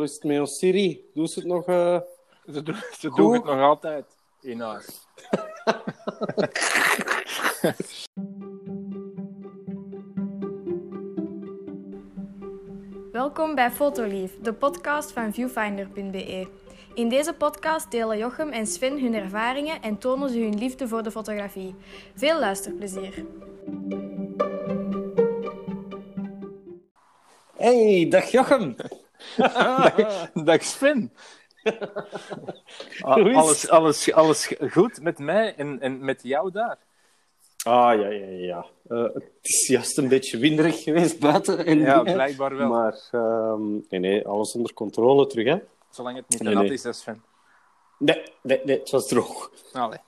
is het met ons Siri? Doet ze het nog? Ze doen het nog altijd in huis. Welkom bij Fotolief, de podcast van viewfinder.be. In deze podcast delen Jochem en Sven hun ervaringen en tonen ze hun liefde voor de fotografie. Veel luisterplezier. Hey, dag Jochem. Dag Sven. Alles goed met mij en met jou daar? Ja. Het is juist een beetje winderig geweest buiten. En ja, blijkbaar wel. Maar nee, alles onder controle terug, hè? Zolang het niet te nat is, hè, Sven. Nee, het was droog. Allee.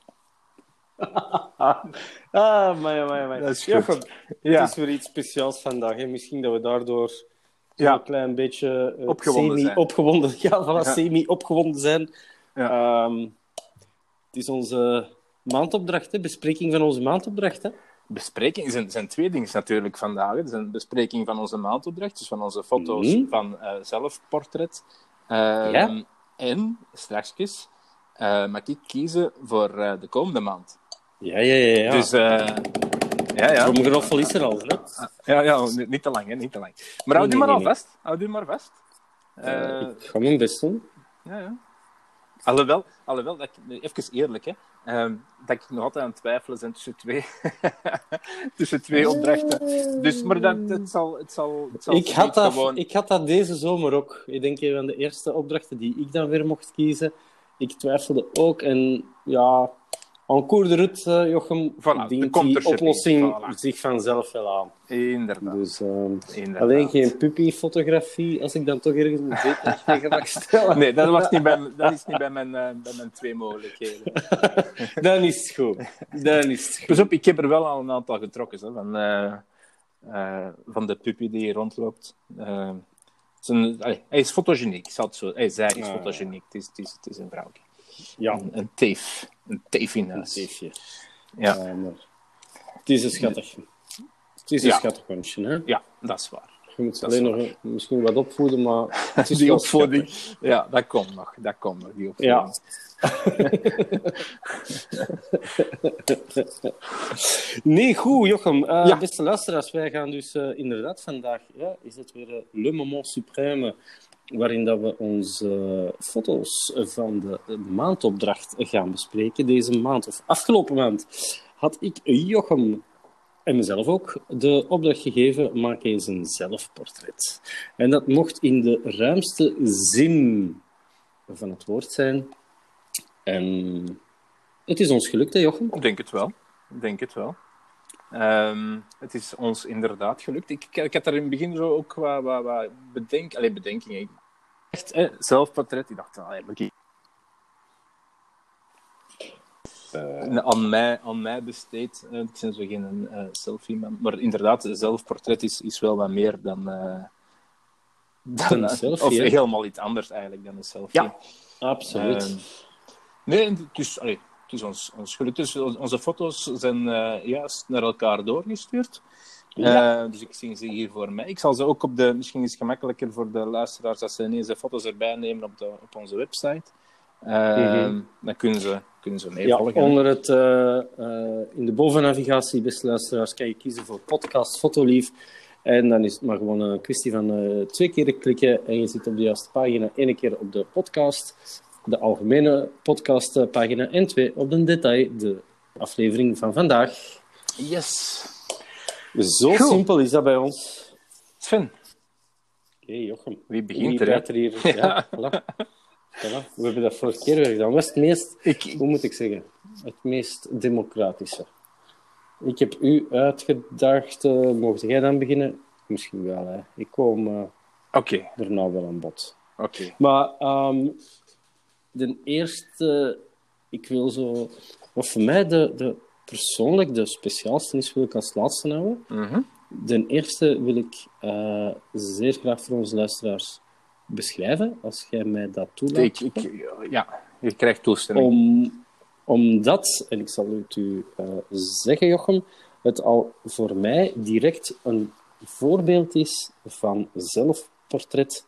Maar. Dat is Jochem, goed. Ja. het is weer iets speciaals vandaag. Hè? Misschien dat we daardoor een klein beetje opgewonden zijn. semi-opgewonden zijn. Ja. Het is onze maandopdracht, hè? Bespreking van onze maandopdracht. Hè? Bespreking zijn twee dingen natuurlijk vandaag. Het is een bespreking van onze maandopdracht, dus van onze foto's van zelfportret. En straks mag ik kiezen voor de komende maand. Ja. Dus Tromgeroffel is er al, hè? Ja, niet te lang, hè, niet te lang. Maar houd u maar al vast. Houd u maar vast. Ik ga mijn best doen. Ja. Alhoewel dat ik, even eerlijk, hè, dat ik nog altijd aan het twijfelen ben tussen twee opdrachten. Dus, maar het zal Ik had dat deze zomer ook. Ik denk een van de eerste opdrachten die ik dan weer mocht kiezen. Ik twijfelde ook en ja, en cours de route, Jochem, dient die oplossing zich vanzelf wel aan. Inderdaad. Dus alleen geen puppyfotografie, als ik dan toch ergens een veter tegen mag stellen. Nee, dat is niet bij mijn twee mogelijkheden. Dan is het goed. Pas op, ik heb er wel al een aantal getrokken, hè, van de puppy die hier rondloopt. Hij is fotogeniek, zij is fotogeniek. Het is een vrouwtje. Ja. Een teef in huis. Een teefje. Ja. Maar het is een schattig. Het is een schattig hondje, hè? Ja, dat is waar. Je moet alleen nog misschien wat opvoeden, maar het is die wel opvoeding. schattig. Ja, dat komt nog, die opvoeding. Ja. Nee, goed, Jochem. Beste luisteraars, wij gaan dus inderdaad vandaag... is het weer le moment suprême, waarin dat we onze foto's van de maandopdracht gaan bespreken. Deze maand, of afgelopen maand, had ik Jochem en mezelf ook de opdracht gegeven: maak eens een zelfportret. En dat mocht in de ruimste zin van het woord zijn. En het is ons gelukt, hè, Jochem? Ik denk het wel. Het is ons inderdaad gelukt. Ik had daar in het begin zo ook wat bedenkingen. Echt, zelfportret. Ik dacht, aan mij besteed. Ik ben zo geen selfie-man. Maar inderdaad, zelfportret is wel wat meer dan een selfie. Of helemaal iets anders eigenlijk dan een selfie. Ja, absoluut. Nee, het is ons gelukt. Dus onze foto's zijn juist naar elkaar doorgestuurd. Ja. Dus ik zie ze hier voor mij. Ik zal ze ook misschien is het gemakkelijker voor de luisteraars als ze ineens de foto's erbij nemen op onze website. Dan kunnen ze meevolgen. Ja, onder het, in de bovennavigatie, beste luisteraars, kan je kiezen voor podcast Fotolief. En dan is het maar gewoon een kwestie van 2 keer klikken en je zit op de juiste pagina. 1 keer op de podcast, de algemene podcastpagina, en 2 op de detail, de aflevering van vandaag. Yes. Zo simpel is dat bij ons. Sven. Oké, Jochem. Wie begint er? Hier? Ja, voilà. Voilà. We hebben dat vorige keer weer gedaan. Dat was het meest, hoe moet ik zeggen, het meest democratische. Ik heb u uitgedaagd. Mocht jij dan beginnen? Misschien wel, hè. Ik kom daarna wel aan bod. Oké. Maar de eerste, ik wil zo... Wat voor mij persoonlijk de speciaalste is, wil ik als laatste houden. Mm-hmm. De eerste wil ik zeer graag voor onze luisteraars beschrijven, als jij mij dat toelaat. Je krijgt toestemming. Omdat, en ik zal het u zeggen, Jochem, het al voor mij direct een voorbeeld is van zelfportret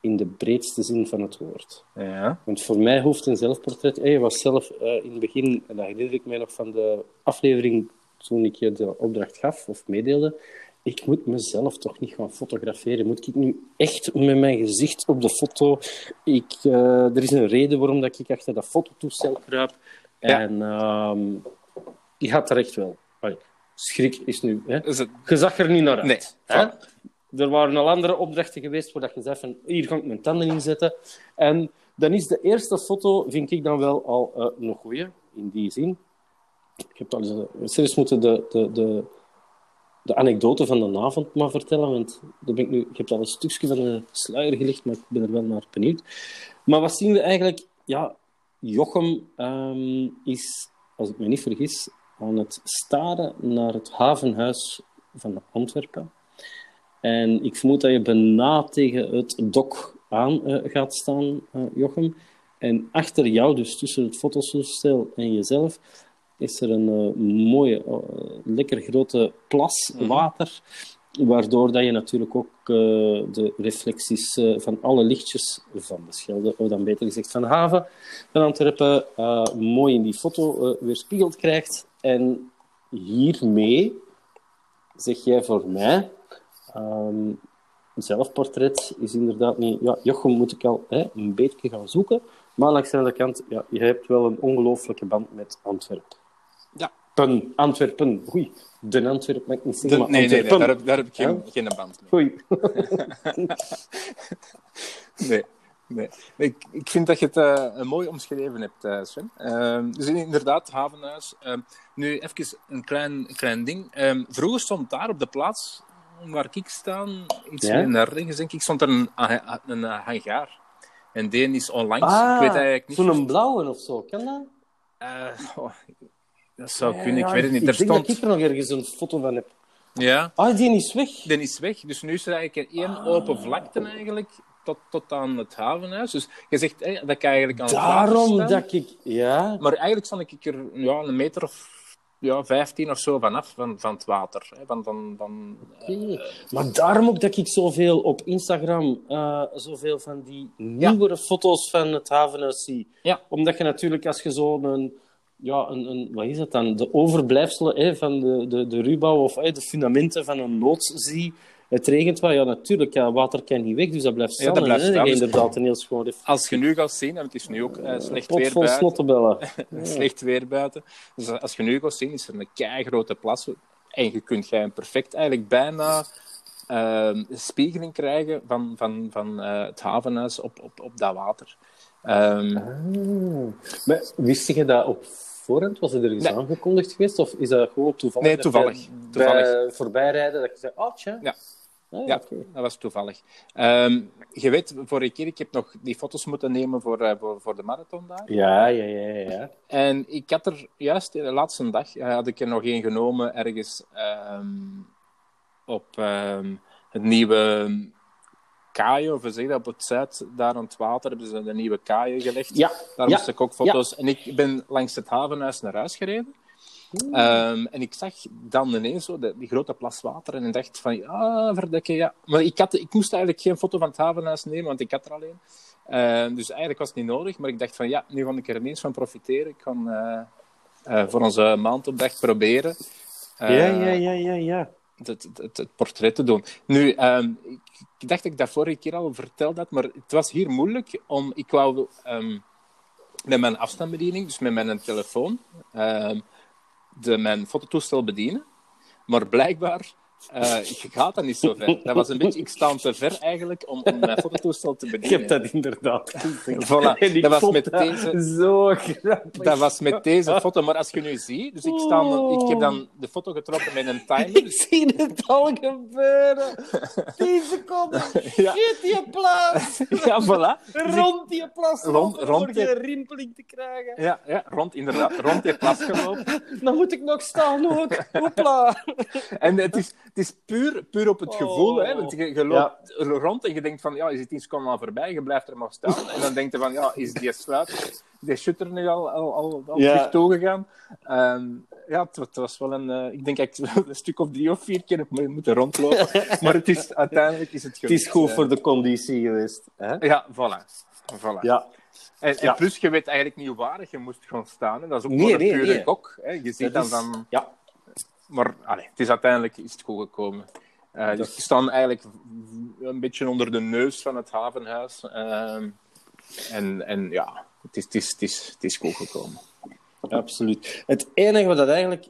in de breedste zin van het woord. Ja. Want voor mij hoeft een zelfportret... Je was zelf in het begin, en dat herinner ik mij nog van de aflevering toen ik je de opdracht gaf of meedeelde, ik moet mezelf toch niet gaan fotograferen. Moet ik nu echt met mijn gezicht op de foto... er is een reden waarom dat ik achter dat fototoestel kruip. Ja. En je gaat er echt wel... schrik is nu... Hè? Is het... Je zag er niet naar uit. Nee. Hè? Er waren al andere opdrachten geweest waar je zei van hier ga ik mijn tanden in zetten. En dan is de eerste foto, vind ik dan wel al een goeie, in die zin. Ik heb al eens moeten de anekdote van de avond maar vertellen, want daar ben ik heb al een stukje van de sluier gelegd, maar ik ben er wel naar benieuwd. Maar wat zien we eigenlijk? Ja, Jochem is, als ik me niet vergis, aan het staren naar het havenhuis van Antwerpen. En ik vermoed dat je bijna tegen het dok aan gaat staan, Jochem. En achter jou, dus tussen het fototoestel en jezelf, is er een mooie, lekker grote plas water, waardoor dat je natuurlijk ook de reflecties van alle lichtjes van de Schelde, of dan beter gezegd van de haven van Antwerpen, mooi in die foto weerspiegeld krijgt. En hiermee zeg jij voor mij... zelfportret is inderdaad niet... Ja, Jochem moet ik al een beetje gaan zoeken. Maar langs de andere kant, ja, je hebt wel een ongelooflijke band met Antwerpen. Ja. Antwerpen. Oei, de Antwerpen mag ik niet zeggen, maar nee, Antwerpen. daar heb ik geen band mee. Oei. Nee. Ik vind dat je het mooi omschreven hebt, Sven. Dus inderdaad, havenhuis. Nu even een klein ding. Vroeger stond daar op de plaats waar ik sta, iets meer naar rechts, denk ik, stond er een hangaar. En die is onlangs. Ik weet eigenlijk niet. Zo'n blauwe of zo, kan dat? Dat zou kunnen, ik weet het niet. Ik denk dat ik er nog ergens een foto van heb. Ja. Die is weg. Die is weg. Dus nu is er eigenlijk één open vlakte eigenlijk tot aan het havenhuis. Dus je zegt dat ik eigenlijk aan het water Daarom sta. dat ik... Ja. Maar eigenlijk sta ik er een meter of 15 of zo vanaf van het water. Okay. Maar daarom ook dat ik zoveel op Instagram zoveel van die nieuwere foto's van het havenhuis zie. Ja. Omdat je natuurlijk, als je zo'n... wat is dat dan? De overblijfselen van de ruwbouw of de fundamenten van een loods zie. Het regent wel, ja natuurlijk, water kan niet weg, dus dat blijft staan. Ja, dat blijft staan. Dus inderdaad een heel schoon effect. Als je nu gaat zien, en het is nu ook slecht Pot weer vol buiten. snottebellen. Slecht weer buiten. Dus als je nu gaat zien, is er een keigrote plas. En je kunt perfect eigenlijk bijna spiegeling krijgen van het havenhuis op dat water. Maar wist je dat op voorhand? Was het ergens aangekondigd geweest? Of is dat gewoon toevallig? Nee, toevallig. Bij voorbijrijden dat je zei, tja. Ja. Okay. Dat was toevallig. Je weet, vorige keer, ik heb nog die foto's moeten nemen voor de marathon daar. Ja. En ik had er juist de laatste dag, had ik er nog één genomen ergens op het nieuwe kaaien, of we zeggen dat op het zuid, daar aan het water, hebben ze de nieuwe kaaien gelegd. Ja. Daar moest ik ook foto's. Ja. En ik ben langs het havenhuis naar huis gereden. En ik zag dan ineens zo die grote plas water en ik dacht van, verdekke, ja. Maar ik moest eigenlijk geen foto van het havenhuis nemen, want ik had er alleen. Dus eigenlijk was het niet nodig, maar ik dacht van, nu ga ik er ineens van profiteren. Ik kan voor onze maandopdracht proberen. Ja. Het portret te doen. Nu, ik dacht dat ik dat vorige keer al verteld had, maar het was hier moeilijk om... Ik wou met mijn afstandsbediening, dus met mijn telefoon, mijn fototoestel bedienen. Maar blijkbaar gaat dat niet zo ver. Dat was een beetje... Ik sta te ver eigenlijk om mijn fototoestel te bedienen. Ik heb dat inderdaad gezien. Voilà. Dat was met deze... Zo grappig. Dat was met deze foto. Maar als je nu ziet... Dus ik heb dan de foto getrokken met een timer. Ik zie het al gebeuren. 10 seconden. Shit, die plas. Ja, voilà. Rond die plas. Rond die rimpeling te krijgen. Ja, rond die plas gelopen. Dan moet ik nog staan ook. Hopla. En het is puur op het gevoel. Hè, want je loopt rond en je denkt van, je zit 10 seconden al voorbij, je blijft er maar staan. En dan denk je van, is die sluit, die shutter nu al terug toegegaan? Ja, het was wel een... ik denk dat ik wel een stuk of 3 of 4 keer heb moeten rondlopen. Maar uiteindelijk is het gelukt. Het is goed voor de conditie geweest. Hè? Ja, voilà. Ja. En plus, je weet eigenlijk niet waar je moest gaan staan. Hè. Dat is ook maar een pure gok. Hè. Je ziet dan... Ja. Maar het is uiteindelijk is het goed gekomen. Dus we staan eigenlijk een beetje onder de neus van het havenhuis. En ja, het is goed gekomen. Absoluut. Het enige wat dat eigenlijk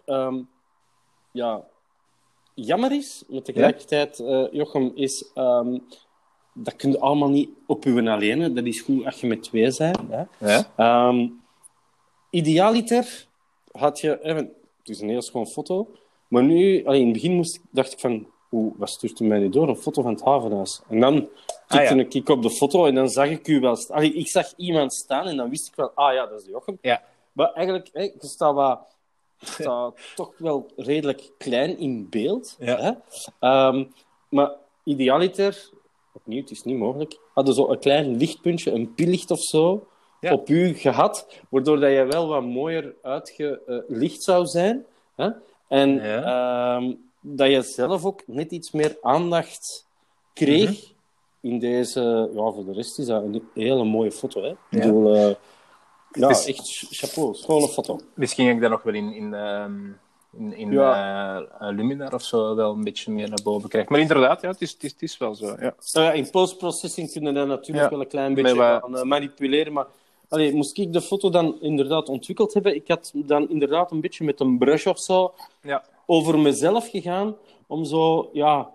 jammer is, maar tegelijkertijd, Jochem, is dat kun je allemaal niet op je alleen. Hè. Dat is goed als je met 2 bent. Hè. Ja. Idealiter had je... het is een heel schoon foto. Maar nu, in het begin dacht ik van... wat stuurt u mij nu door? Een foto van het havenhuis. En dan tikte ik op de foto en dan zag ik u wel... ik zag iemand staan en dan wist ik wel... dat is de Jochem. Ja. Maar eigenlijk, je staat toch wel redelijk klein in beeld. Ja. Hè? Maar idealiter... Opnieuw, het is niet mogelijk. Hadden zo een klein lichtpuntje, een pillicht of zo, op u gehad, waardoor dat je wel wat mooier uitgelicht zou zijn. Hè? En dat je zelf ook net iets meer aandacht kreeg in deze... voor de rest is dat een hele mooie foto. Hè? Ik bedoel, echt chapeau, schone foto. Misschien heb ik daar nog wel in Luminar of zo wel een beetje meer naar boven krijgen. Maar inderdaad, het is wel zo. Ja. In post-processing kunnen we daar natuurlijk wel een klein beetje aan manipuleren, maar moest ik de foto dan inderdaad ontwikkeld hebben, ik had dan inderdaad een beetje met een brush of zo over mezelf gegaan, om zo,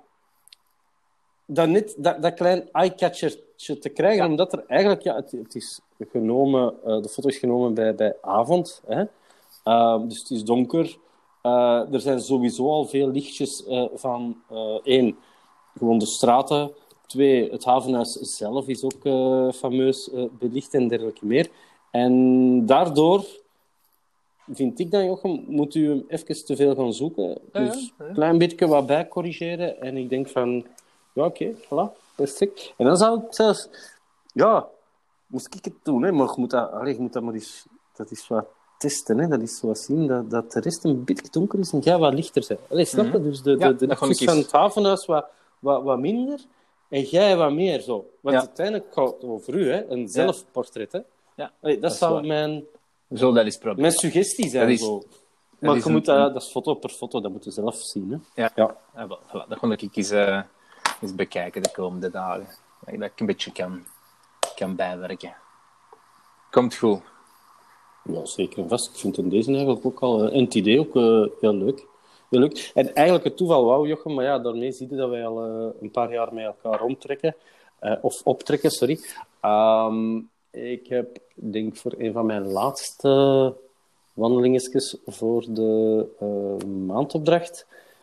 dat klein eye-catchertje te krijgen, omdat er eigenlijk, het is genomen, de foto is genomen bij avond, hè? Dus het is donker. Er zijn sowieso al veel lichtjes van 1, gewoon de straten. 2, het havenhuis zelf is ook fameus belicht en dergelijke meer. En daardoor vind ik dan, Jochem, moet u hem even te veel gaan zoeken. Dus een klein beetje wat bij corrigeren. En ik denk van, oké, voilà, perfect. En dan zou ik zelfs, moest ik het doen, hè, maar je moet dat maar eens, dat is wat testen, hè. Dat is zo zien dat de rest een beetje donker is en jij wat lichter bent. Snap je? Dus de lichtjes van het havenhuis wat minder en jij wat meer zo. Want uiteindelijk gaat het over u, hè, een zelfportret. Hè. Ja, dat zou mijn suggestie zijn. Zo. Maar je moet dat is foto per foto, dat moet je zelf zien. Hè. Ja. Voilà. Dat ga ik eens bekijken de komende dagen. Dat ik een beetje kan bijwerken. Komt goed. Ja, zeker en vast. Ik vind in deze eigenlijk ook al het idee ook heel leuk. Heel leuk. En eigenlijk het toeval wou, Jochem, maar daarmee zie je dat wij al een paar jaar met elkaar optrekken, sorry. Ik heb, denk voor een van mijn laatste wandelingetjes voor de maandopdracht,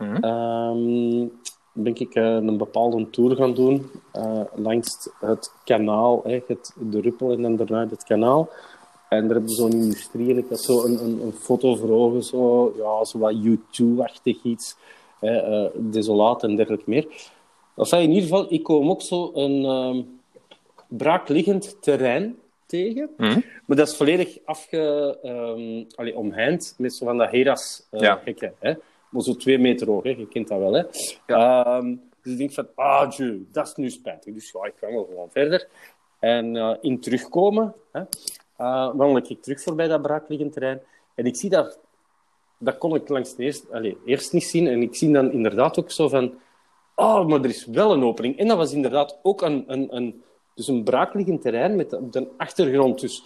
ben ik een bepaalde tour gaan doen langs het kanaal, de Ruppel en dan daarna het kanaal. En daar hebben we zo'n industrie en ik had zo een foto voor ogen, zo wat U2-achtig iets, desolaat en dergelijke meer. Enfin, in ieder geval, ik kwam ook zo een braakliggend terrein tegen, maar dat is volledig omheind met zo van dat Heras-hekken. Maar zo 2 meter hoog, je kent dat wel. Hè? Ja. Dus ik denk van, dat is nu spijtig. Dus ik kwam wel gewoon verder. En in terugkomen... wandel ik terug voorbij dat braakliggend terrein. En ik zie dat kon ik langs de eerst niet zien. En ik zie dan inderdaad ook zo van... maar er is wel een opening. En dat was inderdaad ook een braakliggend terrein met op de achtergrond. Dus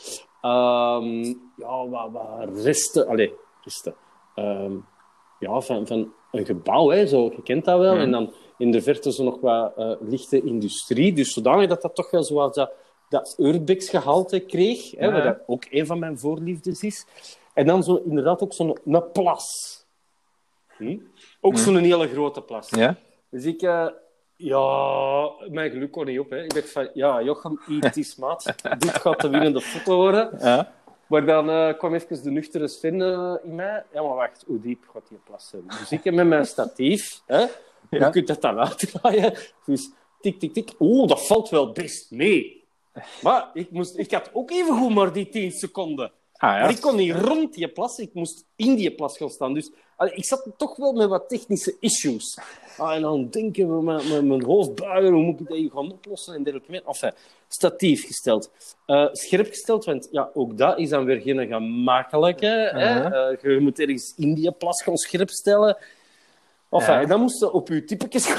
wat resten... resten. Van een gebouw, hè, zo, je kent dat wel. En dan in de verte zo nog wat lichte industrie. Dus zodanig dat toch wel zoals dat urbex-gehalte kreeg, hè, wat dat ook een van mijn voorliefdes is. En dan zo, inderdaad ook zo'n plas. Ook zo'n hele grote plas. Ja? Dus ik... mijn geluk kon niet op. Hè. Ik dacht van, Jochem, het is maat. Dit gaat de winnende foto worden. Ja. Maar dan kwam even de nuchtere Sven in mij. Ja, maar wacht, hoe diep gaat die plas zijn? Dus ik heb met mijn statief... Hè, je kunt dat dan uitdraaien. Dus tik, tik, tik. Dat valt wel best mee. Maar ik had ook even goed maar die 10 seconden. Maar ik kon niet rond die plas, ik moest in die plas gaan staan. Dus ik zat toch wel met wat technische issues. En dan denken we met mijn hoofd buigen, hoe moet ik dat hier gaan oplossen en dergelijke meer. Enfin, statief gesteld. Scherp gesteld, want ja, ook dat is dan weer geen gemakkelijke. Je moet ergens in die plas gaan scherp stellen. En dan moest je op je typetjes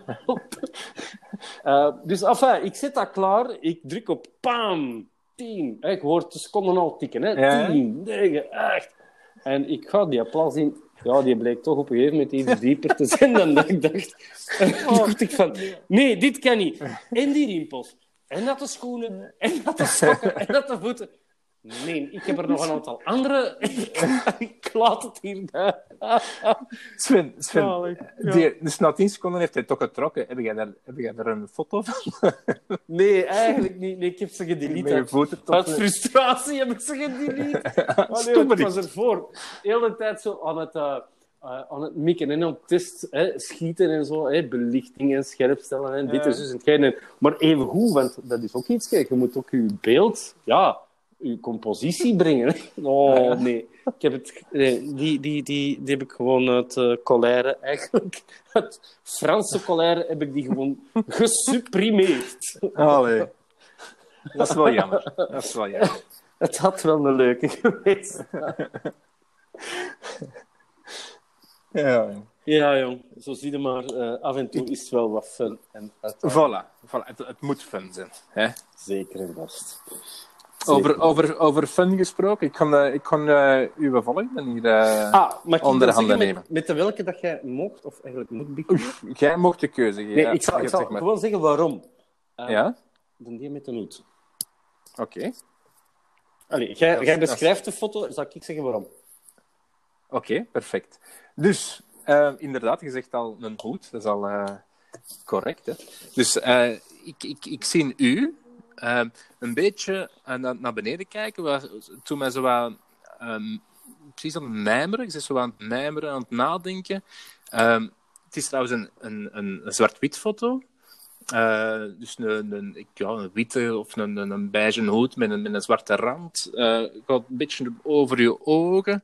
dus ik zet dat klaar, ik druk op PAM. 10. Ik hoor de seconden al tikken. 10, 9, 8. En ik ga die plas in. Ja, die bleek toch op een gegeven moment iets dieper te zijn dan dat ik dacht. Dacht ik van, nee, dit kan niet. En die riempels. En dat de schoenen. En dat de sokken. En dat de voeten. Nee, ik heb er nog een aantal andere. Ik laat het hier bij. Sven, dus na 10 seconden heeft hij toch getrokken. Heb jij daar een foto van? Nee, eigenlijk niet. Nee, ik heb ze gedelete. Uit frustratie heb ik ze gedelete. Ik was ervoor. De hele tijd zo aan het mikken en aan het test, schieten en zo, belichting en scherpstellen en dit en zo en geen. Maar even goed, want dat is ook iets. Kijk, je moet ook je beeld... Ja, uw compositie brengen. Oh, nee. Ik heb het, die heb ik gewoon uit colère, eigenlijk. Het Franse colère heb ik die gewoon gesuprimeerd. Allee. Dat is wel jammer. Het had wel een leuke geweest. Ja, jong. Zo zie je maar. Af en toe is het wel wat fun. En Voilà. Het moet fun zijn. Hè? Zeker en vast. Over fun gesproken, ik kan uw volgen en hier onder handen nemen. Met welke dat jij mocht, of eigenlijk moet beginnen? Jij mocht de keuze geven. Nee, ik zal gewoon zeggen waarom. Ja? Dan die met de hoed. Oké. Jij beschrijft de foto, zal ik zeggen waarom. Oké, perfect. Dus, inderdaad, je zegt al een hoed, dat is al correct. Hè? Dus ik zie u... een beetje naar beneden kijken. Toen mij zo wat precies aan het mijmeren. Ik zit zo aan het mijmeren, aan het nadenken. Het is trouwens een zwart-wit foto. Dus een witte of een beige hoed met een zwarte rand. Gaat een beetje over je ogen.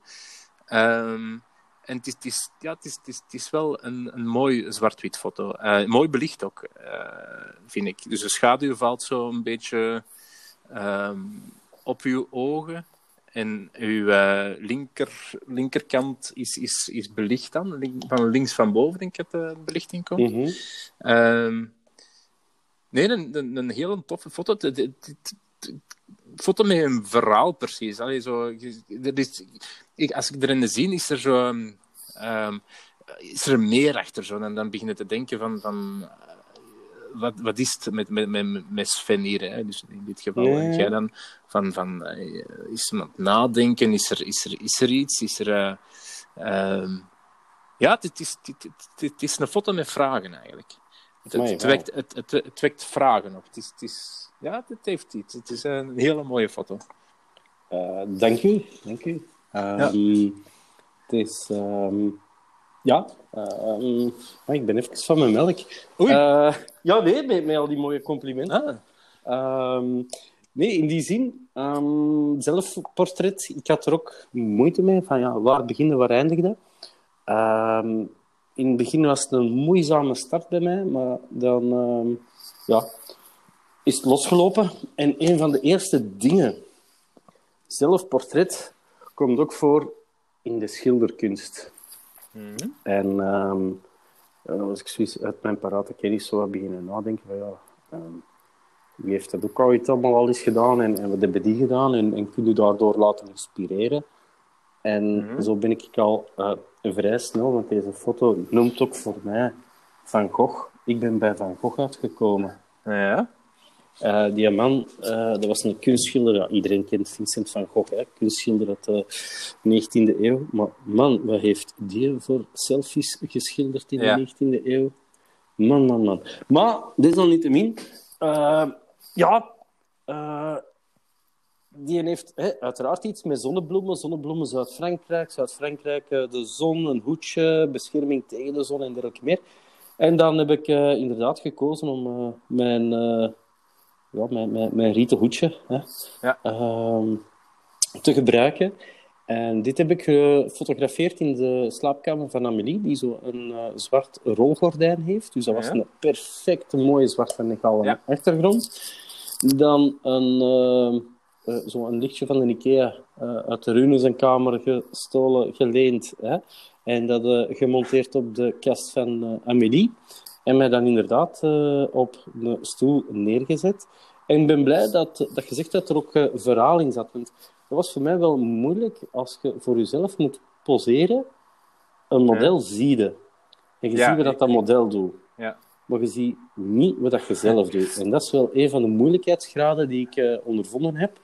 En het is wel een mooi zwart-wit foto. Mooi belicht ook, vind ik. Dus de schaduw valt zo een beetje op uw ogen. En uw linkerkant is belicht dan. Van links van boven, denk ik, dat de belichting komt. Mm-hmm. Nee, een hele toffe foto. Foto met een verhaal, precies. Allee, zo, als ik erin zie, is er zo... is er meer achter zo. En dan begin je te denken van wat is het met Sven hier? Hè? Dus in dit geval. Nee. En jij dan van is er aan het nadenken? Is er iets? Is er... ja, het is een foto met vragen eigenlijk. Het wekt vragen op. Het heeft iets. Het is een hele mooie foto. Dank u. Het is... ik ben even van mijn melk. Met al die mooie complimenten. Nee, in die zin, zelfportret, ik had er ook moeite mee. Van, waar beginnen, waar eindigde? In het begin was het een moeizame start bij mij, maar dan is het losgelopen. En een van de eerste dingen, zelfportret, komt ook voor in de schilderkunst. Mm-hmm. En als ik zoiets uit mijn parate kennis zo beginnen nadenken van wie heeft dat ook ooit allemaal al eens gedaan en wat hebben die gedaan en kun je daardoor laten inspireren. En zo ben ik al vrij snel, want deze foto noemt ook voor mij Van Gogh. Ik ben bij Van Gogh uitgekomen. Ja. Die man, dat was een kunstschilder. Ja, iedereen kent Vincent van Gogh, hè? Kunstschilder uit de 19e eeuw. Maar man, wat heeft die voor selfies geschilderd in de 19e eeuw? Man. Maar, desalniettemin, die heeft uiteraard iets met zonnebloemen. Zonnebloemen Zuid-Frankrijk, de zon, een hoedje, bescherming tegen de zon en dergelijke meer. En dan heb ik inderdaad gekozen om mijn rieten hoedje. Hè. Ja. te gebruiken. En dit heb ik gefotografeerd in de slaapkamer van Amélie, die zo een zwart rolgordijn heeft. Dus dat was een perfecte, mooie zwart van de achtergrond. Dan zo'n lichtje van de Ikea uit de Runensenkamer gestolen, geleend. Hè? En dat gemonteerd op de kast van Amélie. En mij dan inderdaad op een stoel neergezet. En ik ben blij dat je zegt dat er ook verhaal in zat. Want dat was voor mij wel moeilijk als je voor jezelf moet poseren. Een model zie je. En je ziet wat dat model doet. Ja. Maar je ziet niet wat dat je zelf doet. En dat is wel een van de moeilijkheidsgraden die ik ondervonden heb.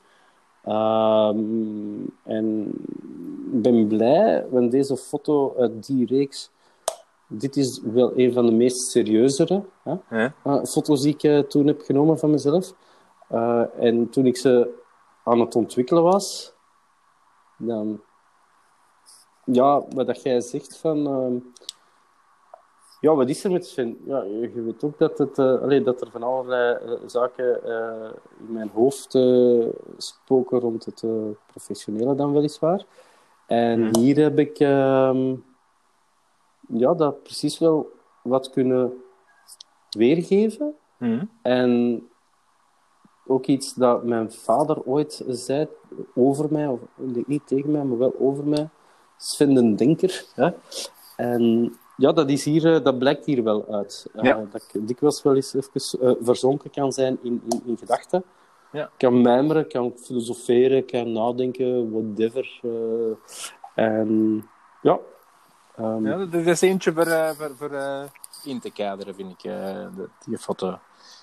En ik ben blij, want deze foto uit die reeks... Dit is wel een van de meest serieuzere foto's die ik toen heb genomen van mezelf. En toen ik ze aan het ontwikkelen was, dan... Ja, wat dat jij zegt van... ja, wat is er met Sven? Ja, je weet ook dat, dat er van allerlei zaken in mijn hoofd spoken rond het professionele dan weliswaar. En hier heb ik dat precies wel wat kunnen weergeven. En ook iets dat mijn vader ooit zei over mij, of niet tegen mij, maar wel over mij. Sven de Denker. Hè? En ja, dat blijkt hier wel uit. Dat ik dikwijls wel eens even verzonken kan zijn in gedachten. Ja. Kan mijmeren, kan filosoferen, kan nadenken, whatever. En ja... dat is eentje voor in te kaderen, vind ik, die foto.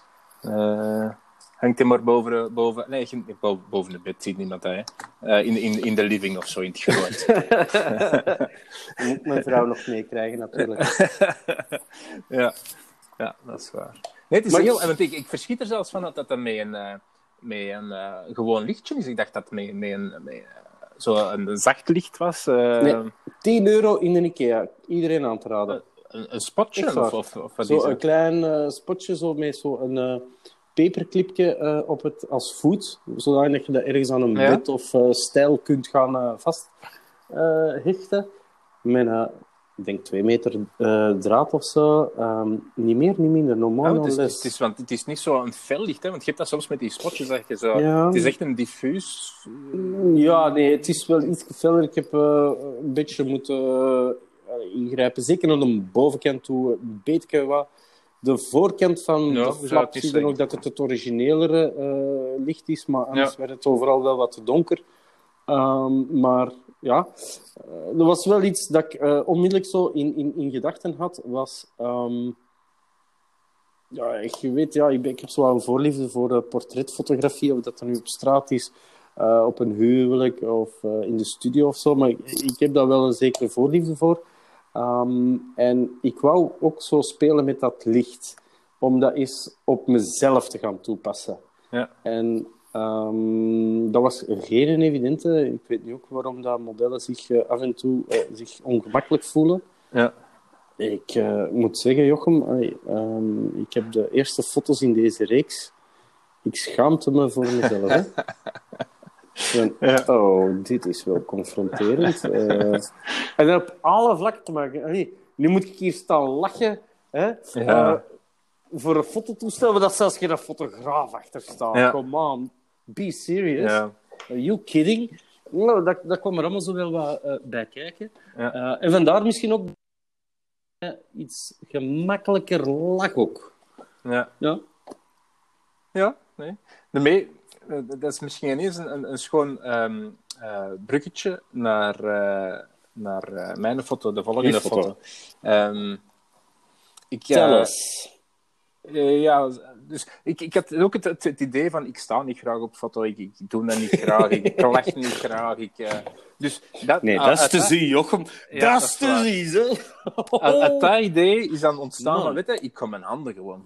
Hangt hij maar boven... Nee, boven het bed ziet niemand dat, hè. In de living of zo, in het groot. Moet mijn vrouw nog meekrijgen, natuurlijk. Ja, dat is waar. Nee, het is heel... Want ik verschiet er zelfs van dat dat met een gewoon lichtje is. Ik dacht dat het met een zacht licht was. Nee, €10 in de Ikea. Iedereen aan te raden. Een spotje? Of wat zo is een klein spotje zo met zo'n paperclipje als voet. Zodat je dat ergens aan een bed of stijl kunt gaan vasthechten. Met ik denk 2 meter draad of zo. Niet meer, niet minder. Normaal het is niet zo een fel licht, hè? Want je hebt dat soms met die spotjes dat je zo... Ja. Het is echt een diffuus... Ja, nee, het is wel iets feller. Ik heb een beetje moeten ingrijpen. Zeker naar de bovenkant toe. Een beetje wat. De voorkant van de flap zie je nog dat het originelere licht is. Maar anders werd het overal wel wat te donker. Maar... Ja, er was wel iets dat ik onmiddellijk zo in gedachten had, was... je weet, ik heb zo een voorliefde voor portretfotografie, of dat dan nu op straat is, op een huwelijk of in de studio of zo, maar ik heb daar wel een zekere voorliefde voor. En ik wou ook zo spelen met dat licht, om dat eens op mezelf te gaan toepassen. Ja. En... dat was geen evidente. Ik weet niet ook waarom dat modellen zich af en toe zich ongemakkelijk voelen. Ja. Ik moet zeggen, Jochem, ik heb de eerste foto's in deze reeks. Ik schaamte me voor mezelf. Hè. Oh, dit is wel confronterend. En dan op alle vlakken te maken. Nu moet ik hier staan lachen. Hè? Voor een fototoestel, maar dat zelfs geen fotograaf achter staat. Come on. Be serious. Yeah. Are you kidding? Nou, dat kwam er allemaal zo wel wat bij kijken. Ja. En vandaar misschien ook iets gemakkelijker lach ook. Ja. Ja? Ja, nee. Dat is misschien ineens een schoon bruggetje naar mijn foto, de volgende foto. Tel eens. Ja, dus ik had ook het idee van, ik sta niet graag op foto, ik doe dat niet graag, ik lach niet graag. Dus dat is te zien, Jochem. Ja, dat is te zien, hè. Uit dat idee is dan ontstaan van, weet je, ik kan mijn handen gewoon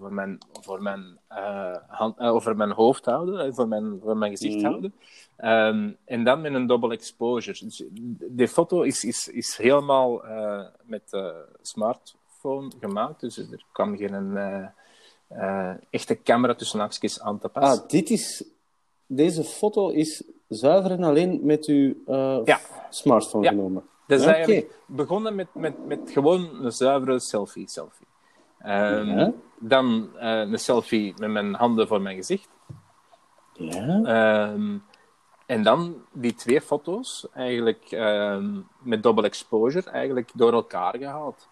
over mijn hoofd houden, voor mijn gezicht houden. En dan met een double exposure. Dus die foto is helemaal met de smartphone gemaakt, dus er kan geen... echte camera tussen haakjes aan te passen. Dit is deze foto is zuiver en alleen met uw smartphone genomen. Dat is eigenlijk begonnen met gewoon een zuivere selfie. Dan een selfie met mijn handen voor mijn gezicht. Ja. En dan die 2 foto's eigenlijk met double exposure eigenlijk door elkaar gehaald.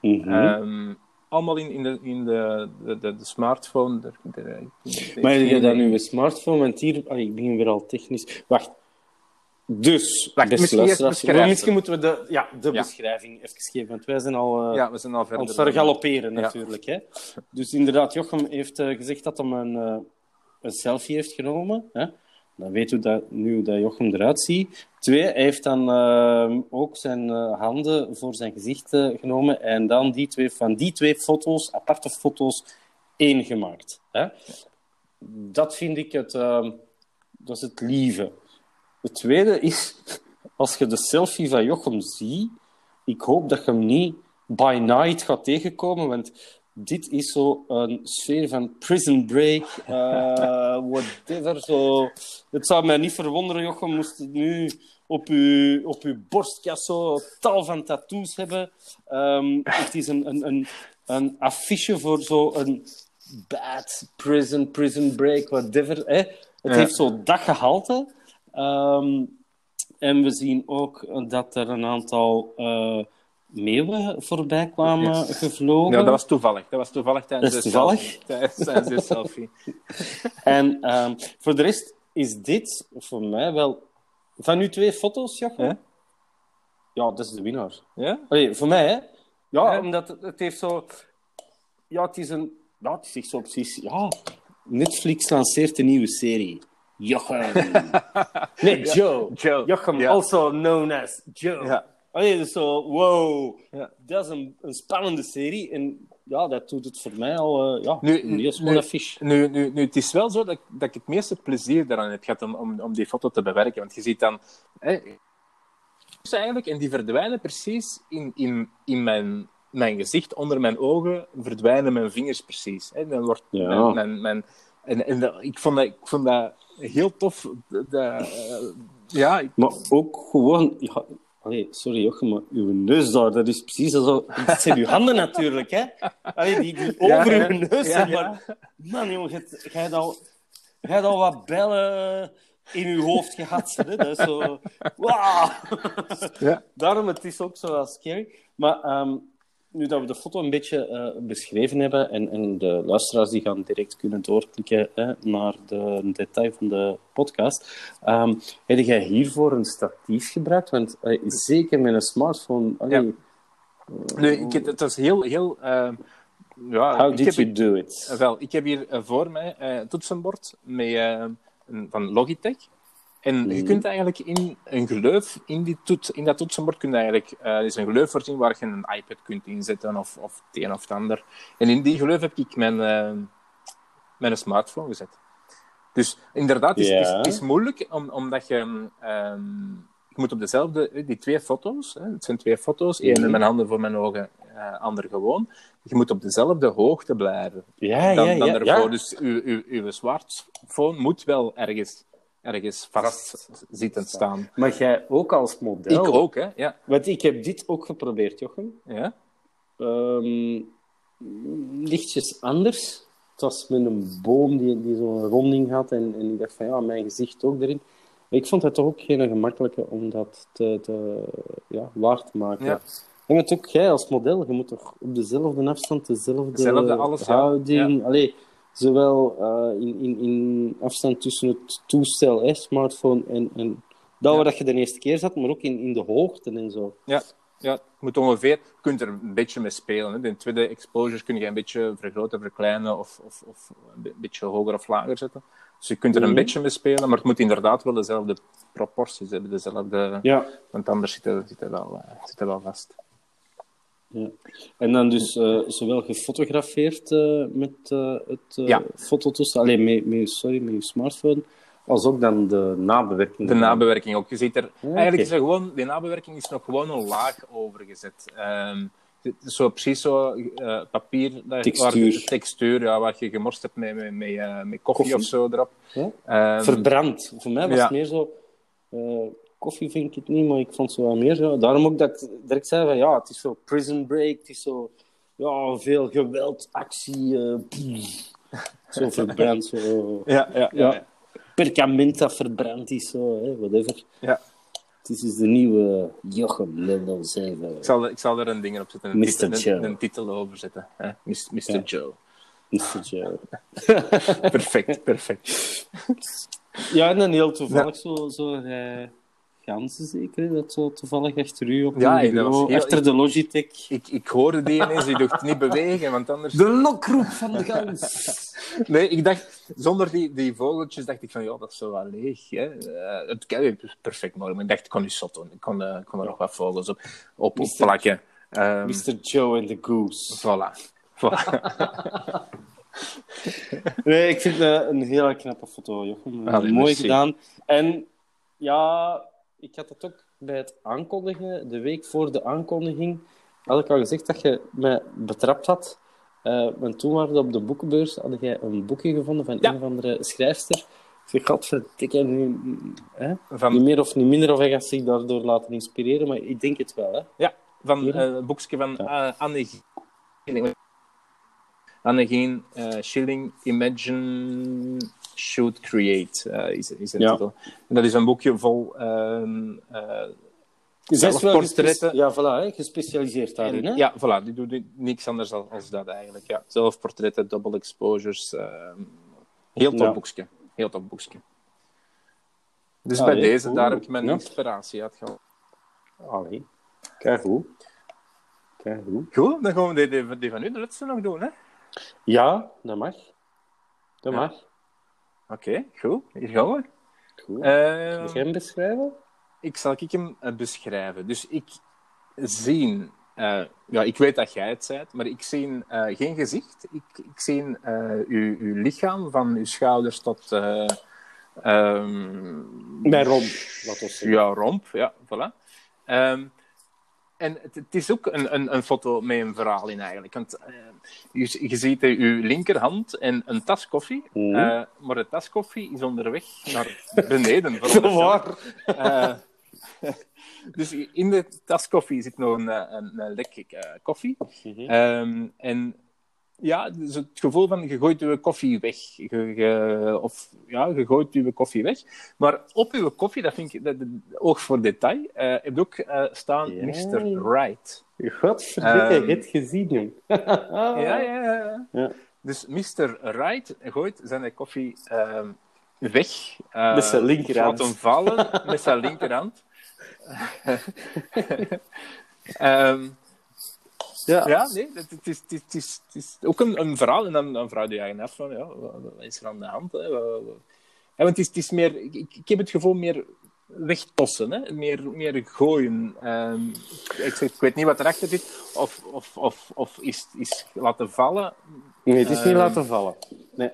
Allemaal in de smartphone. Maar je dan uw smartphone, want hier... ik begin weer al technisch. Wacht. Dus, misschien moeten we de beschrijving even geven, want wij zijn al, we zijn al verder aan het vergalopperen natuurlijk. Hè? Dus inderdaad, Jochem heeft gezegd dat hij een selfie heeft genomen. Hè? Dan weten we nu hoe dat Jochem eruit ziet. 2, hij heeft dan ook zijn handen voor zijn gezicht genomen en dan van die 2 foto's, aparte foto's, 1 gemaakt. Hè? Dat vind ik dat is het lieve. Het tweede is, als je de selfie van Jochem ziet, ik hoop dat je hem niet by night gaat tegenkomen, want dit is zo een sfeer van Prison Break, whatever. Zo. Het zou mij niet verwonderen, Jochem, moest het nu op uw borstkas zo tal van tattoos hebben. Het is een affiche voor zo'n bad prison break, whatever. Het heeft zo dat gehalte. En we zien ook dat er een aantal meeuwen voorbij kwamen gevlogen. Ja, dat was toevallig tijdens de selfie. En voor de rest is dit voor mij wel... Van uw 2 foto's, Jochem? Ja, dat is de winnaar. Ja? Allee, voor mij, hè? Ja, omdat het heeft zo... Ja, het is een... Ja, het is echt zo precies... Ja, Netflix lanceert een nieuwe serie. Jochem. Nee, Joe. Jochem, also known as Joe. Ja. Allee, dus zo, wow. Ja. Dat is een spannende serie. En ja, dat doet het voor mij al een heel schone affiche. Nu, het is wel zo dat ik het meeste plezier daaraan heb gehad om die foto te bewerken. Want je ziet dan... eigenlijk, en die verdwijnen precies in mijn gezicht, onder mijn ogen, verdwijnen mijn vingers precies. Dan wordt ik vond dat heel tof. Maar ook gewoon... Ja, sorry Jochem, maar uw neus daar, dat is precies alsof... Het zijn uw handen natuurlijk, hè. Die over uw neus zijn, maar... Man, jongen, jij hebt al wat bellen in uw hoofd gehad. Hè? Dat is zo... Wow. Ja. Daarom, het is ook zo wel scary. Maar... Nu dat we de foto een beetje beschreven hebben en de luisteraars die gaan direct kunnen doorklikken naar de detail van de podcast, heb jij hiervoor een statief gebruikt? Want zeker met een smartphone... Het was heel... How did you do it? Wel, ik heb hier voor mij een toetsenbord van Logitech. En je kunt eigenlijk in een gleuf, in dat toetsenbord, kun je eigenlijk, is een gleuf voorzien waar je een iPad kunt inzetten of het een of het ander. En in die gleuf heb ik mijn smartphone gezet. Dus inderdaad, het is moeilijk, omdat je moet op dezelfde... Die 2 foto's, het zijn 2 foto's, één met mijn handen voor mijn ogen, ander gewoon. Je moet op dezelfde hoogte blijven. Ervoor. Dus uw smartphone moet wel ergens vast zittend staan. Maar jij ook als model? Ik ook, hè. Ja. Want ik heb dit ook geprobeerd, Jochem. Ja? Lichtjes anders. Het was met een boom die zo'n ronding had. En ik dacht van, mijn gezicht ook erin. Maar ik vond het toch ook geen gemakkelijke om dat waar te maken. Ja. En het ook, jij als model, je moet toch op dezelfde afstand, dezelfde alles, houding... Ja. Allee, zowel in afstand tussen het toestel, smartphone en waar dat je de eerste keer zat, maar ook in de hoogte en zo. Ja, je je kunt er een beetje mee spelen. Hè. De tweede exposures kun je een beetje vergroten, verkleinen of een beetje hoger of lager zetten. Dus je kunt er een beetje mee spelen, maar het moet inderdaad wel dezelfde proporties hebben, dezelfde... Ja. Want anders zit het wel vast. Ja. En dan dus zowel gefotografeerd met het fototoestel, alleen met je smartphone, als ook dan de nabewerking. De nabewerking ook. Je ziet er... Eigenlijk is er gewoon... Die nabewerking is nog gewoon een laag overgezet. Het is zo precies zo papier... Textuur, ja, waar je gemorst hebt met koffie of zo erop. Ja? Verbrand. Voor mij was het meer zo... koffie vind ik het niet, maar ik vond het zo wel meer zo. Daarom ook dat ik direct zei van, ja, het is zo Prison Break, het is zo... Ja, veel geweld, actie... zo verbrand, zo... Ja. Perkament dat verbrand is, zo, whatever. Ja. Het is dus de nieuwe Jochem 007. Ik zal er een ding op zetten. Een titel over zetten. Hè? Mr. Joe. Mr. Joe. Perfect. Ja, en dan heel toevallig zo ganzen zeker, dat zo toevallig achter u op achter de Logitech. Ik hoorde die ineens, die doet niet bewegen, want anders... De lokroep van de gans! Nee, ik dacht, zonder die vogeltjes, dacht ik van, ja, dat is zo wel leeg. Hè. Het kan perfect mogelijk, maar ik dacht, ik kon niet zot doen. Ik kon er nog wat vogels op plakken. Mr. Joe and the Goose. Voilà. Nee, ik vind het een heel knappe foto, Jochem. Mooi gedaan. En ja, ik had het ook bij het aankondigen, de week voor de aankondiging, had ik al gezegd dat je mij betrapt had. Want toen waren we op de boekenbeurs, had jij een boekje gevonden van een of andere schrijfster. Ik zeg, godverdikke, niet meer of niet minder, of hij gaat zich daardoor laten inspireren, maar ik denk het wel, hè. Ja, van een boekje van Annegien Schilling, Imagine, Should Create, is een titel. En dat is een boekje vol zelfportretten. Ja, voilà, gespecialiseerd daarin. Hè? Ja, voilà, die doet niks anders dan dat eigenlijk. Ja. Zelfportretten, double exposures. Heel tof boekje. Heel tof boekje. Dus bij deze, daar heb ik mijn inspiratie uit gehad. Allee, kijk hoe. Goed, dan gaan we die van u de laatste nog doen, hè? Ja, dat mag. Dat mag. Oké, goed. Hier gaan we. Goed. Ga je hem beschrijven? Ik zal hem beschrijven. Dus ik zie... ik weet dat jij het bent, maar ik zie geen gezicht. Ik zie uw lichaam, van uw schouders tot... Mijn romp, laten we zeggen. Ja, romp. Ja, voilà. En het is ook een foto met een verhaal in eigenlijk. Want je ziet uw linkerhand en een tas koffie. Maar de tas koffie is onderweg naar beneden. Dus in de tas koffie zit nog een lek koffie. En ja, dus het gevoel van je gooit je koffie weg. Je gooit je koffie weg. Maar op je koffie, dat vind ik oog voor detail, heb je ook staan Mr. Right. Godverdikke, je hebt gezien. Ja. Dus Mr. Right gooit zijn koffie weg. Met zijn linkerhand. Laat hem vallen met zijn linkerhand. Nee, het is ook een verhaal. En dan vraag je je af van, wat is er aan de hand? Hè? Want het is meer... Ik heb het gevoel meer wegtossen, hè? Meer gooien. Ik weet niet wat erachter zit. Of is laten vallen. Nee, het is niet laten vallen. Nee.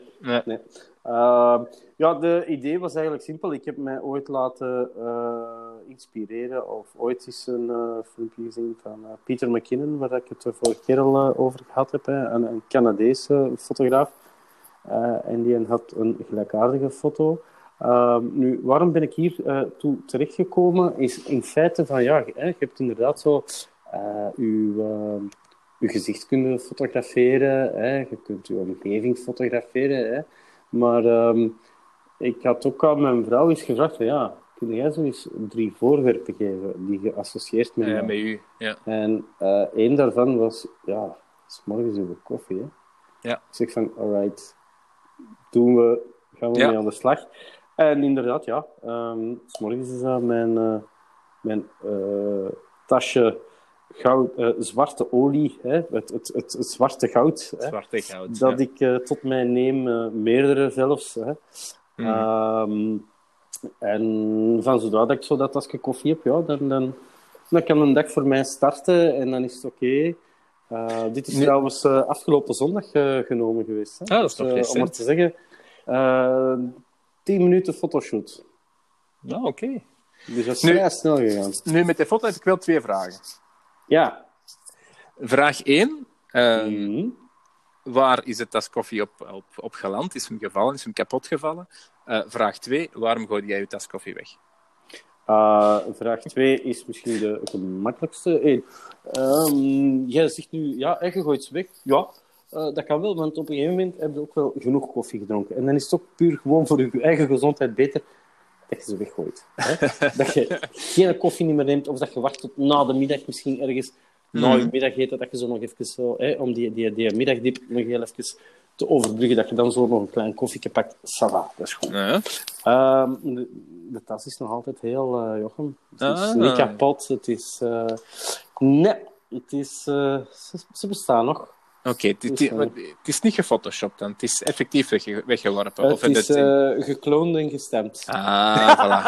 De idee was eigenlijk simpel. Ik heb mij ooit laten inspireren, of ooit eens een filmpje gezien van Peter McKinnon, waar ik het vorige keer al over gehad heb, een Canadese fotograaf. En die had een gelijkaardige foto. Nu, waarom ben ik hier toe terechtgekomen, is in feite van, je hebt inderdaad zo uw gezicht kunnen fotograferen, je kunt uw omgeving fotograferen, maar ik had ook aan mijn vrouw eens gevraagd van, kun jij zo eens 3 voorwerpen geven die geassocieerd met u? Ja. En één daarvan was, 's morgens uw koffie. Hè? Ja. Ik zeg van, alright, gaan we mee aan de slag. En inderdaad, 's morgens is dat mijn tasje zwarte olie, het zwarte goud. Zwarte goud, dat ik tot mij neem, meerdere zelfs. En van zodra dat ik zo dat tasje koffie heb, dan kan een dag voor mij starten en dan is het oké. Dit is trouwens afgelopen zondag genomen geweest. Hè? Dat is toch recent. Om maar te zeggen, 10 minuten fotoshoot. Oké. Dus dat is vrij snel gegaan. Nu, met de foto heb ik wel 2 vragen. Ja. Vraag 1. Waar is de tas koffie op geland? Is hem gevallen? Is hem kapot gevallen? Vraag 2. Waarom gooide jij je tas koffie weg? Vraag 2 is misschien de gemakkelijkste. Jij zegt nu, ja, je gooit ze weg. Ja, dat kan wel, want op een gegeven moment heb je ook wel genoeg koffie gedronken. En dan is het ook puur gewoon voor je eigen gezondheid beter dat je ze weggooit. Hè? Dat je geen koffie niet meer neemt, of dat je wacht tot na de middag, misschien ergens na je middageten, dat je zo nog even zo, om die middagdip nog heel even te overbruggen, dat je dan zo nog een klein koffietje pakt. Ça va, dat is goed. Ja. De tas is nog altijd heel, Jochem. Het is niet kapot. Het is... nee, het is... ze bestaan nog. Oké, het is niet gefotoshopt dan. Het is effectief weggeworpen. Het is gekloond en gestemd. Voilà.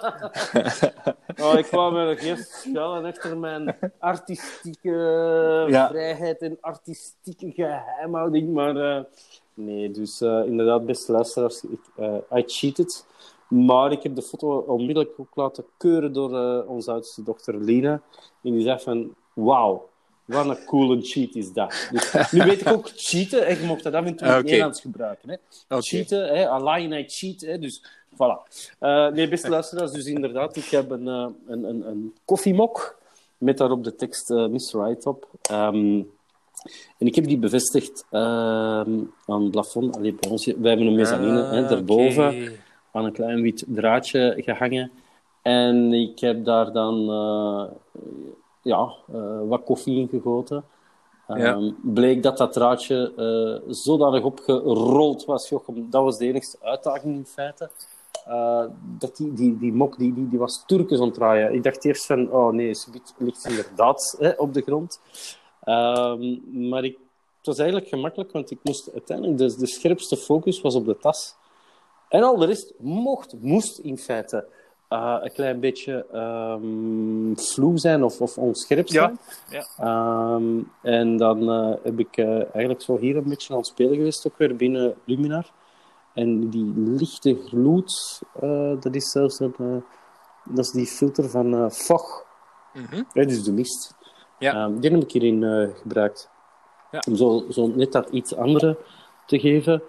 Ik kwam me nog eerst schuilen achter mijn artistieke vrijheid en artistieke geheimhouding. Maar nee, dus inderdaad, beste luisteraars, I cheated. Maar ik heb de foto onmiddellijk ook laten keuren door onze oudste dochter Lina. En die zei van, wauw. Wat een coole cheat is dat. Dus, nu weet ik ook cheaten. Je mocht dat af en toe in het Nederlands gebruiken. Hè. Cheaten, Allah I cheat. Hè. Dus, voilà. Nee, beste luisteraars. Dus inderdaad, ik heb een koffiemok met daarop de tekst Mr. Right op. En ik heb die bevestigd aan het plafond. Allee, bij ons, wij hebben een mezzanine daarboven aan een klein wit draadje gehangen. En ik heb daar dan... wat koffie ingegoten. Bleek dat draadje zodanig opgerold was, Jochem. Dat was de enige uitdaging in feite. Dat die mok die was turkens aan het draaien. Ik dacht eerst van, oh nee, ze ligt inderdaad op de grond. Maar het was eigenlijk gemakkelijk, want ik moest uiteindelijk... De scherpste focus was op de tas. En al de rest moest in feite... een klein beetje vloe zijn of onscherp zijn. Ja. En dan heb ik eigenlijk zo hier een beetje aan het spelen geweest, ook weer binnen Luminar. En die lichte gloed, dat is zelfs dat is die filter van Foch. Dus de mist. Ja. Die heb ik hierin gebruikt. Ja. Om zo net dat iets andere te geven.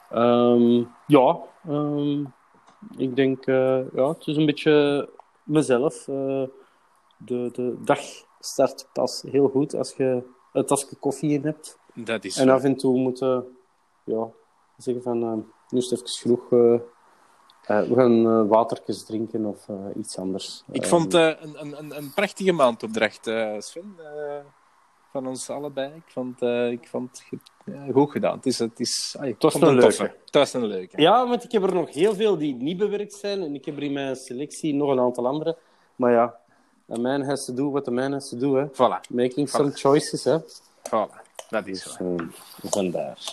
Ik denk, het is een beetje mezelf. De dag start pas heel goed als je een tasje koffie in hebt. Dat is en zo. Af en toe moeten zeggen van, nu is het even genoeg. We gaan watertjes drinken of iets anders. Ik vond een prachtige maandopdracht, Sven. Van ons allebei. Ik vond het goed gedaan. Het was een leuke. Ja, want ik heb er nog heel veel die niet bewerkt zijn. En ik heb er in mijn selectie nog een aantal andere. Maar ja, a man has to do what a man has to do. Hè. Voilà. Making some choices. Hè. Voilà, dat is zo. Vandaar.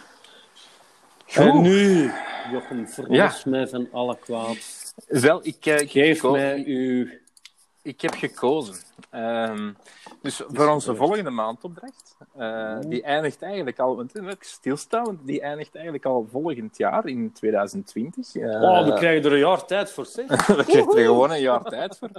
En nu, Jochem, verlos mij van alle kwaad. Wel, geef mij uw... Ik heb gekozen. Dus voor onze volgende maandopdracht, die eindigt eigenlijk al, want stilstaan, die eindigt eigenlijk al volgend jaar, in 2020. We krijgen er een jaar tijd voor, zeg. We krijgen er gewoon een jaar tijd voor.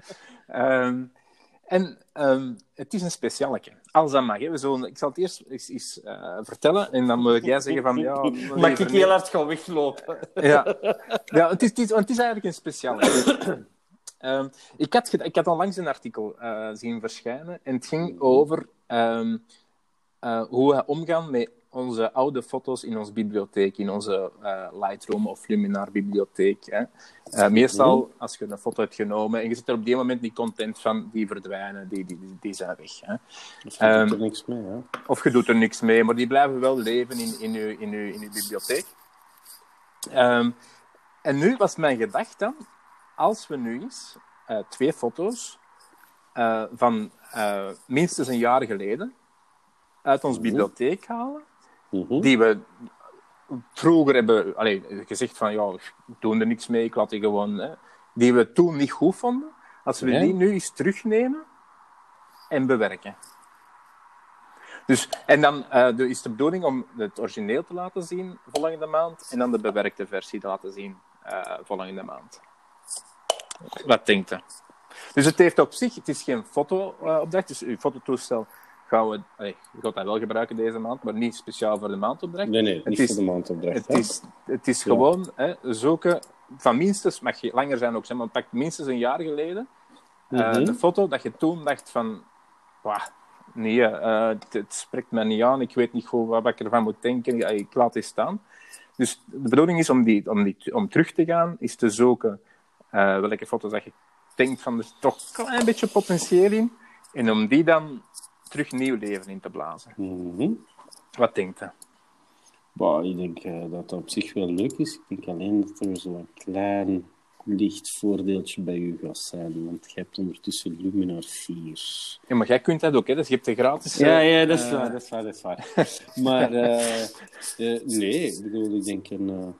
Het is een specialeke. Als dat mag. Hè. Ik zal het eerst eens vertellen en dan moet jij zeggen van... Mag ik heel hard gaan weglopen? Het is eigenlijk een specialeke. Ik had onlangs een artikel zien verschijnen en het ging over hoe we omgaan met onze oude foto's in onze bibliotheek, in onze Lightroom of Luminar bibliotheek. Hè. Meestal, als je een foto hebt genomen en je zit er op die moment niet content van, die verdwijnen, die zijn weg. Hè. Of je doet er niks mee. Hè? Of je doet er niks mee, maar die blijven wel leven in je bibliotheek. En nu was mijn gedachte dan, als we nu eens 2 foto's van minstens een jaar geleden uit onze bibliotheek halen, die we vroeger hebben gezegd van, ik doe er niks mee, ik laat die gewoon, die we toen niet goed vonden, als we die nu eens terugnemen en bewerken. Dus, en dan is de bedoeling om het origineel te laten zien volgende maand en dan de bewerkte versie te laten zien volgende maand. Wat denkt u? Dus het heeft op zich, het is geen foto-opdracht, dus uw fototoestel je gaat dat wel gebruiken deze maand, maar niet speciaal voor de maandopdracht. Nee, niet voor de maandopdracht. Het is gewoon zulke... Van minstens, mag je langer zijn ook, maar pak minstens een jaar geleden. De foto dat je toen dacht van... Nee, het spreekt me niet aan. Ik weet niet goed wat ik ervan moet denken. Ik laat die staan. Dus de bedoeling is om terug te gaan, is te zoeken welke foto's dat je denkt van er is toch een klein beetje potentieel in. En om die dan terug nieuw leven in te blazen. Wat denkt je? Ik denk dat op zich wel leuk is. Ik denk alleen dat er zo'n klein licht voordeeltje bij u gaat zijn. Want je hebt ondertussen Luminar 4. Ja, maar jij kunt dat ook, hè? Dus je hebt de gratis... Ja, dat is waar. Maar nee, ik bedoel, ik denk een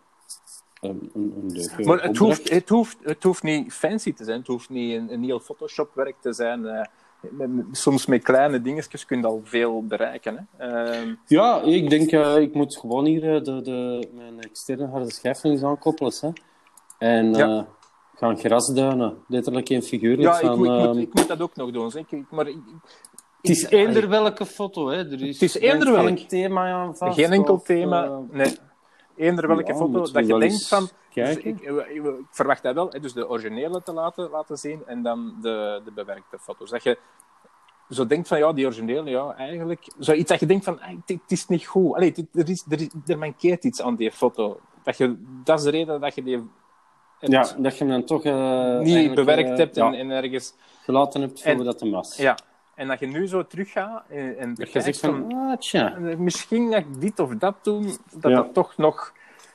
leuke maar het hoeft niet fancy te zijn. Het hoeft niet een heel Photoshop-werk te zijn. Soms met kleine dingetjes kun je al veel bereiken. Hè? Ja, ik denk, ik moet gewoon hier mijn externe harde schijf nog eens aankoppelen. Hè? En gaan grasduinen, letterlijk en figuurlijk. Ja, ik moet dat ook nog doen. Het is eender welke foto. Hè? Het is eender welk. Geen thema aan vast. Geen enkel thema, nee. Eender welke foto dat je denkt van... Dus ik verwacht dat wel, hè, dus de originele te laten zien en dan de bewerkte foto's. Dat je zo denkt van, die originele, eigenlijk... Zoiets dat je denkt van, het is niet goed. Allee, er mankeert iets aan die foto. Dat is de reden dat je die... dat je hem dan toch... niet bewerkt hebt en ergens... gelaten hebt voor dat hem was. Ja. En dat je nu zo teruggaat en dat je zegt van... misschien dat ik dit of dat doen, dat toch nog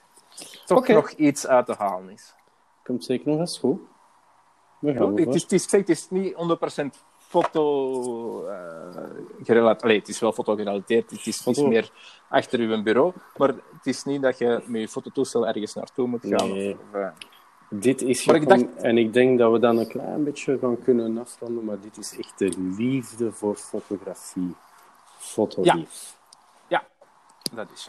iets uit te halen is. Komt zeker nog eens goed. Het is niet 100% foto gerelateerd. Het is wel foto gerelateerd. Het is iets meer achter uw bureau. Maar het is niet dat je met je fototoestel ergens naartoe moet gaan. Nee. Dit is en ik denk dat we dan een klein beetje gaan kunnen afronden, maar dit is echt de liefde voor fotografie. Fotolief. Ja, dat is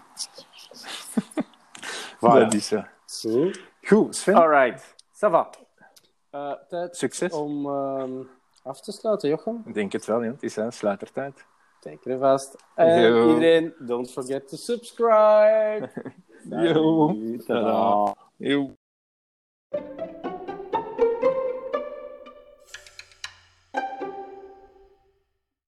zo. Dat is zo. Goed, Sven. Alright, ça va. Tijd Succes. Om af te sluiten, Jochem. Ik denk het wel, ja. Het is sluitertijd. Teken er vast. En iedereen, don't forget to subscribe. Yo. Tada. Yo.